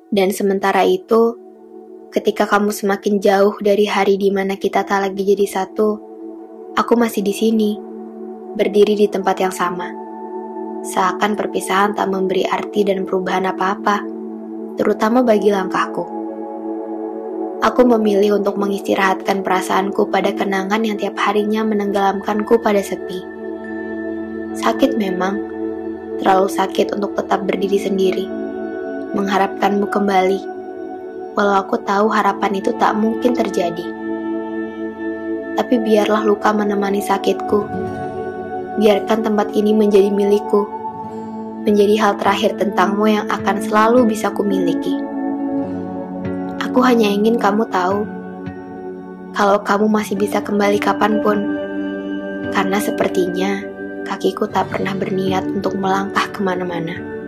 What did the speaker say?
Dan sementara itu, ketika kamu semakin jauh dari hari di mana kita tak lagi jadi satu, aku masih di sini, berdiri di tempat yang sama. Seakan perpisahan tak memberi arti dan perubahan apa-apa, terutama bagi langkahku. Aku memilih untuk mengistirahatkan perasaanku pada kenangan yang tiap harinya menenggelamkanku pada sepi. Sakit memang, terlalu sakit untuk tetap berdiri sendiri, mengharapkanmu kembali, walau aku tahu harapan itu tak mungkin terjadi. Tapi biarlah luka menemani sakitku, biarkan tempat ini menjadi milikku, menjadi hal terakhir tentangmu yang akan selalu bisa kumiliki. Aku hanya ingin kamu tahu, kalau kamu masih bisa kembali kapanpun, karena sepertinya kakiku tak pernah berniat untuk melangkah kemana-mana.